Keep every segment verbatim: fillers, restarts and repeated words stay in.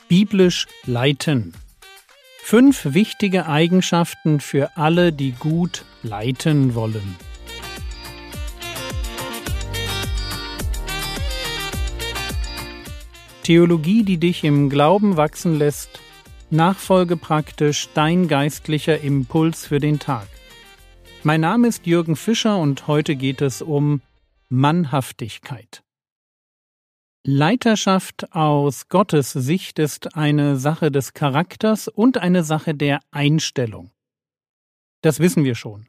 Biblisch leiten. Fünf wichtige Eigenschaften für alle, die gut leiten wollen. Theologie, die dich im Glauben wachsen lässt, nachfolgepraktisch dein geistlicher Impuls für den Tag. Mein Name ist Jürgen Fischer und heute geht es um Mannhaftigkeit. Leiterschaft aus Gottes Sicht ist eine Sache des Charakters und eine Sache der Einstellung. Das wissen wir schon.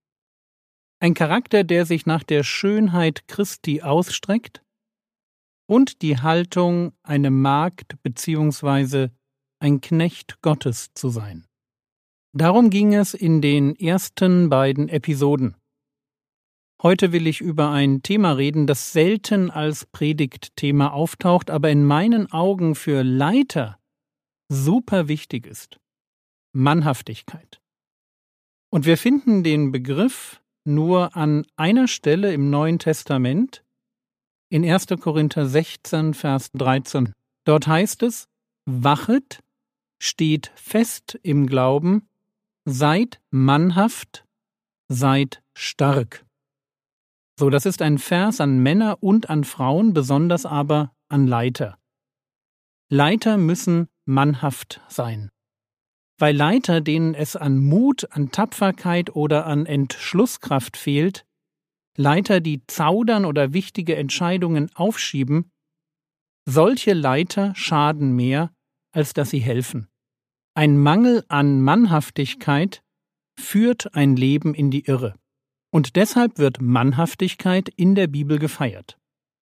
Ein Charakter, der sich nach der Schönheit Christi ausstreckt und die Haltung, eine Magd bzw. ein Knecht Gottes zu sein. Darum ging es in den ersten beiden Episoden. Heute will ich über ein Thema reden, das selten als Predigtthema auftaucht, aber in meinen Augen für Leiter super wichtig ist. Mannhaftigkeit. Und wir finden den Begriff nur an einer Stelle im Neuen Testament, in erster Korinther sechzehn, Vers dreizehn. Dort heißt es: Wachet, steht fest im Glauben, seid mannhaft, seid stark. So, das ist ein Vers an Männer und an Frauen, besonders aber an Leiter. Leiter müssen mannhaft sein. Weil Leiter, denen es an Mut, an Tapferkeit oder an Entschlusskraft fehlt, Leiter, die zaudern oder wichtige Entscheidungen aufschieben, solche Leiter schaden mehr, als dass sie helfen. Ein Mangel an Mannhaftigkeit führt ein Leben in die Irre. Und deshalb wird Mannhaftigkeit in der Bibel gefeiert.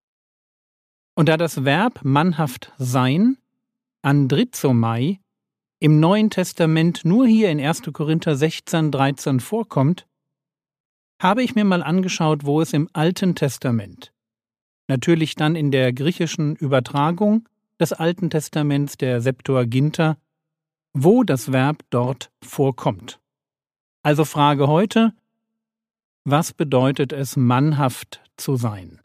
Und da das Verb mannhaft sein, andrizomai, im Neuen Testament nur hier in erster Korinther sechzehn, dreizehn vorkommt, habe ich mir mal angeschaut, wo es im Alten Testament, natürlich dann in der griechischen Übertragung des Alten Testaments, der Septuaginta, wo das Verb dort vorkommt. Also Frage heute: Was bedeutet es, mannhaft zu sein?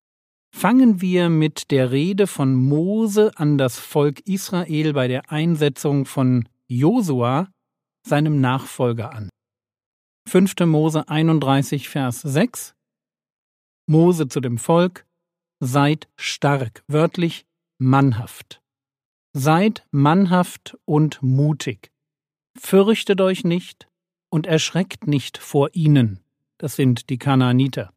Fangen wir mit der Rede von Mose an das Volk Israel bei der Einsetzung von Josua, seinem Nachfolger, an. fünfter Mose einunddreißig, Vers sechs. Mose zu dem Volk: Seid stark, wörtlich mannhaft. Seid mannhaft und mutig. Fürchtet euch nicht und erschreckt nicht vor ihnen. Das sind die Kanaaniter.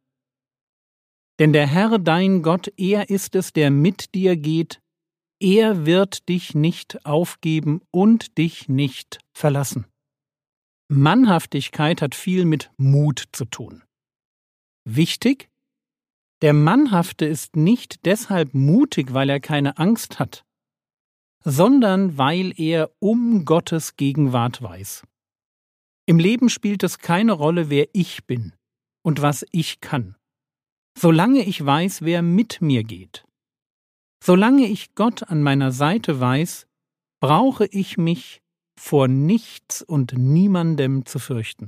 Denn der Herr, dein Gott, er ist es, der mit dir geht. Er wird dich nicht aufgeben und dich nicht verlassen. Mannhaftigkeit hat viel mit Mut zu tun. Wichtig: Der Mannhafte ist nicht deshalb mutig, weil er keine Angst hat, sondern weil er um Gottes Gegenwart weiß. Im Leben spielt es keine Rolle, wer ich bin und was ich kann, solange ich weiß, wer mit mir geht. Solange ich Gott an meiner Seite weiß, brauche ich mich vor nichts und niemandem zu fürchten.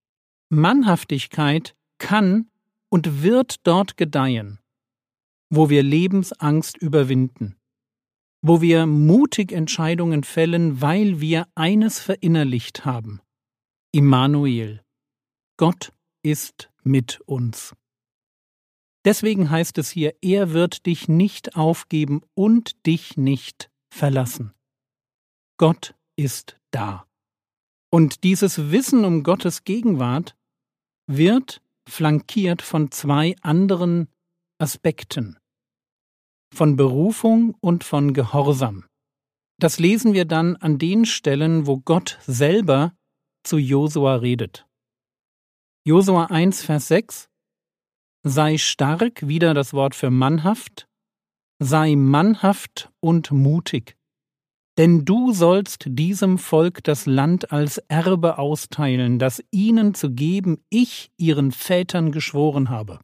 Mannhaftigkeit kann und wird dort gedeihen, wo wir Lebensangst überwinden, wo wir mutig Entscheidungen fällen, weil wir eines verinnerlicht haben: Immanuel, Gott ist mit uns. Deswegen heißt es hier: Er wird dich nicht aufgeben und dich nicht verlassen. Gott ist da. Und dieses Wissen um Gottes Gegenwart wird flankiert von zwei anderen Aspekten: von Berufung und von Gehorsam. Das lesen wir dann an den Stellen, wo Gott selber zu Josua redet. Josua eins, Vers sechs: Sei stark, wieder das Wort für mannhaft, sei mannhaft und mutig, denn du sollst diesem Volk das Land als Erbe austeilen, das ihnen zu geben ich ihren Vätern geschworen habe.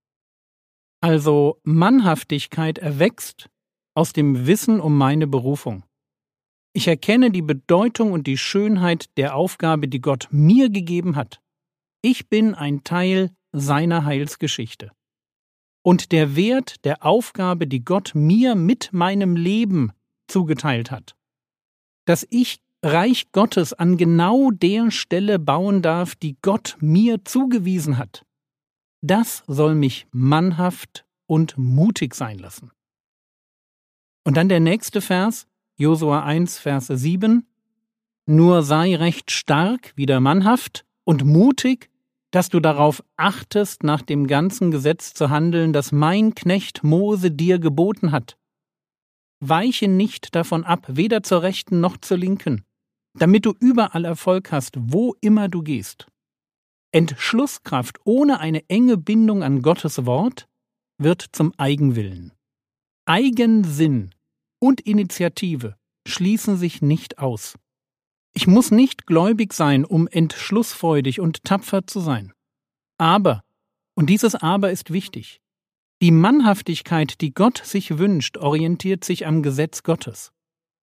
Also Mannhaftigkeit erwächst aus dem Wissen um meine Berufung. Ich erkenne die Bedeutung und die Schönheit der Aufgabe, die Gott mir gegeben hat. Ich bin ein Teil seiner Heilsgeschichte. Und der Wert der Aufgabe, die Gott mir mit meinem Leben zugeteilt hat, dass ich Reich Gottes an genau der Stelle bauen darf, die Gott mir zugewiesen hat. Das soll mich mannhaft und mutig sein lassen. Und dann der nächste Vers, Josua eins, Vers sieben. Nur sei recht stark, wieder mannhaft und mutig, dass du darauf achtest, nach dem ganzen Gesetz zu handeln, das mein Knecht Mose dir geboten hat. Weiche nicht davon ab, weder zur rechten noch zur linken, damit du überall Erfolg hast, wo immer du gehst. Entschlusskraft ohne eine enge Bindung an Gottes Wort wird zum Eigenwillen. Eigensinn und Initiative schließen sich nicht aus. Ich muss nicht gläubig sein, um entschlussfreudig und tapfer zu sein. Aber, und dieses Aber ist wichtig, die Mannhaftigkeit, die Gott sich wünscht, orientiert sich am Gesetz Gottes.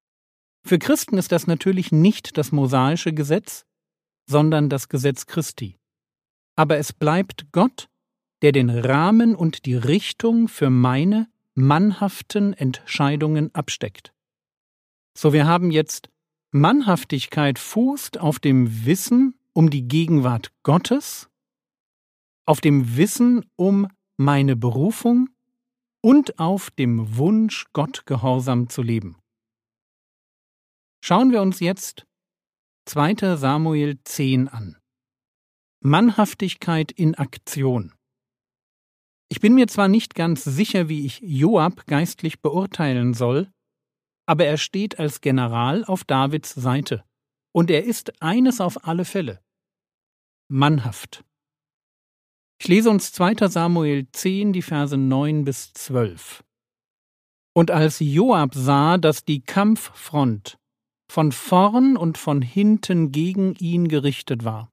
Für Christen ist das natürlich nicht das mosaische Gesetz, sondern das Gesetz Christi. Aber es bleibt Gott, der den Rahmen und die Richtung für meine mannhaften Entscheidungen absteckt. So, wir haben jetzt Mannhaftigkeit fußt auf dem Wissen um die Gegenwart Gottes, auf dem Wissen um meine Berufung und auf dem Wunsch, Gott gehorsam zu leben. Schauen wir uns jetzt zweiter Samuel zehn an. Mannhaftigkeit in Aktion. Ich bin mir zwar nicht ganz sicher, wie ich Joab geistlich beurteilen soll, aber er steht als General auf Davids Seite. Und er ist eines auf alle Fälle: mannhaft. Ich lese uns zweiter Samuel zehn, die Verse neun bis zwölf. Und als Joab sah, dass die Kampffront von vorn und von hinten gegen ihn gerichtet war,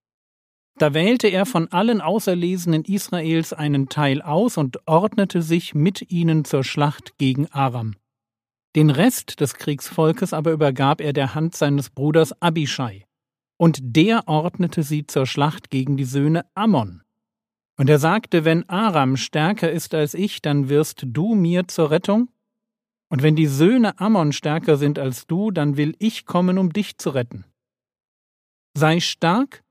da wählte er von allen Auserlesenen Israels einen Teil aus und ordnete sich mit ihnen zur Schlacht gegen Aram. Den Rest des Kriegsvolkes aber übergab er der Hand seines Bruders Abischai, und der ordnete sie zur Schlacht gegen die Söhne Ammon. Und er sagte, wenn Aram stärker ist als ich, dann wirst du mir zur Rettung, und wenn die Söhne Ammon stärker sind als du, dann will ich kommen, um dich zu retten. Sei stark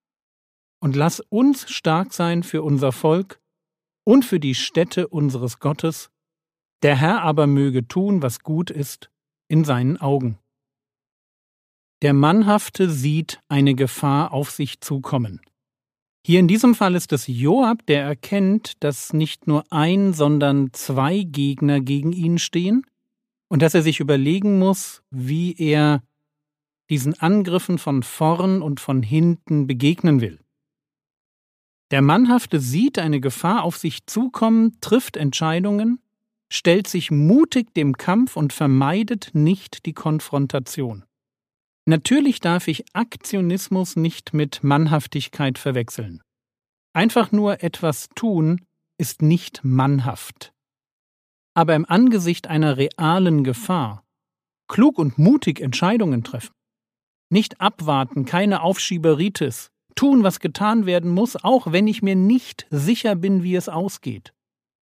und lass uns stark sein für unser Volk und für die Stätte unseres Gottes. Der Herr aber möge tun, was gut ist in seinen Augen. Der Mannhafte sieht eine Gefahr auf sich zukommen. Hier in diesem Fall ist es Joab, der erkennt, dass nicht nur ein, sondern zwei Gegner gegen ihn stehen und dass er sich überlegen muss, wie er diesen Angriffen von vorn und von hinten begegnen will. Der Mannhafte sieht eine Gefahr auf sich zukommen, trifft Entscheidungen, stellt sich mutig dem Kampf und vermeidet nicht die Konfrontation. Natürlich darf ich Aktionismus nicht mit Mannhaftigkeit verwechseln. Einfach nur etwas tun ist nicht mannhaft. Aber im Angesicht einer realen Gefahr klug und mutig Entscheidungen treffen. Nicht abwarten, keine Aufschieberitis, tun, was getan werden muss, auch wenn ich mir nicht sicher bin, wie es ausgeht.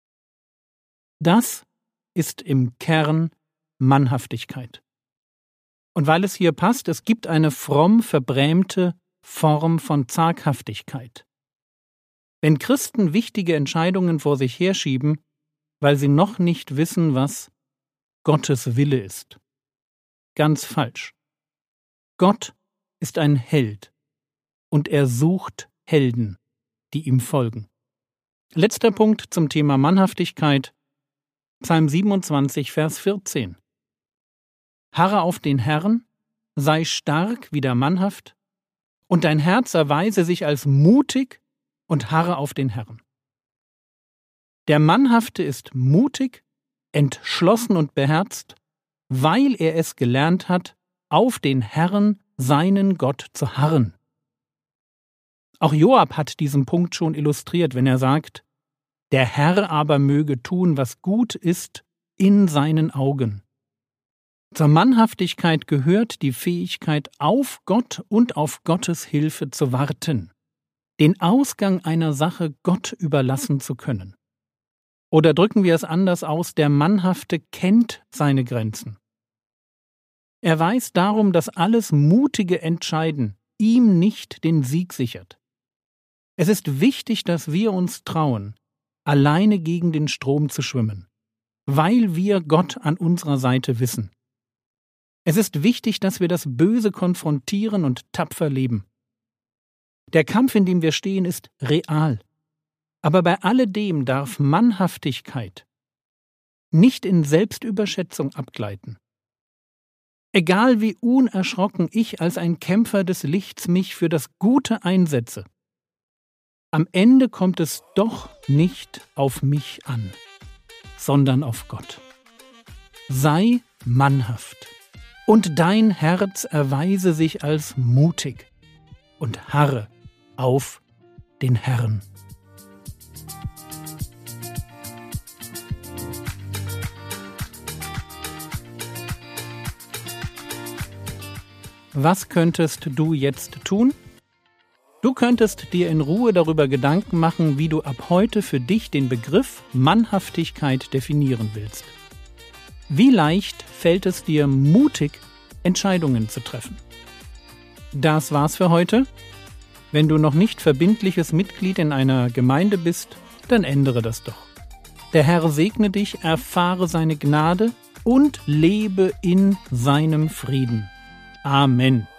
Das ist im Kern Mannhaftigkeit. Und weil es hier passt, es gibt eine fromm verbrämte Form von Zaghaftigkeit. Wenn Christen wichtige Entscheidungen vor sich herschieben, weil sie noch nicht wissen, was Gottes Wille ist. Ganz falsch. Gott ist ein Held und er sucht Helden, die ihm folgen. Letzter Punkt zum Thema Mannhaftigkeit. Psalm siebenundzwanzig, Vers vierzehn. Harre auf den Herrn, sei stark, wieder mannhaft, und dein Herz erweise sich als mutig und harre auf den Herrn. Der Mannhafte ist mutig, entschlossen und beherzt, weil er es gelernt hat, auf den Herrn, seinen Gott, zu harren. Auch Joab hat diesen Punkt schon illustriert, wenn er sagt, der Herr aber möge tun, was gut ist in seinen Augen. Zur Mannhaftigkeit gehört die Fähigkeit, auf Gott und auf Gottes Hilfe zu warten, den Ausgang einer Sache Gott überlassen zu können. Oder drücken wir es anders aus, der Mannhafte kennt seine Grenzen. Er weiß darum, dass alles mutige Entscheiden ihm nicht den Sieg sichert. Es ist wichtig, dass wir uns trauen, alleine gegen den Strom zu schwimmen, weil wir Gott an unserer Seite wissen. Es ist wichtig, dass wir das Böse konfrontieren und tapfer leben. Der Kampf, in dem wir stehen, ist real. Aber bei alledem darf Mannhaftigkeit nicht in Selbstüberschätzung abgleiten. Egal wie unerschrocken ich als ein Kämpfer des Lichts mich für das Gute einsetze, am Ende kommt es doch nicht auf mich an, sondern auf Gott. Sei mannhaft, und dein Herz erweise sich als mutig, und harre auf den Herrn. Was könntest du jetzt tun? Du könntest dir in Ruhe darüber Gedanken machen, wie du ab heute für dich den Begriff Mannhaftigkeit definieren willst. Wie leicht fällt es dir, mutig Entscheidungen zu treffen? Das war's für heute. Wenn du noch nicht verbindliches Mitglied in einer Gemeinde bist, dann ändere das doch. Der Herr segne dich, erfahre seine Gnade und lebe in seinem Frieden. Amen.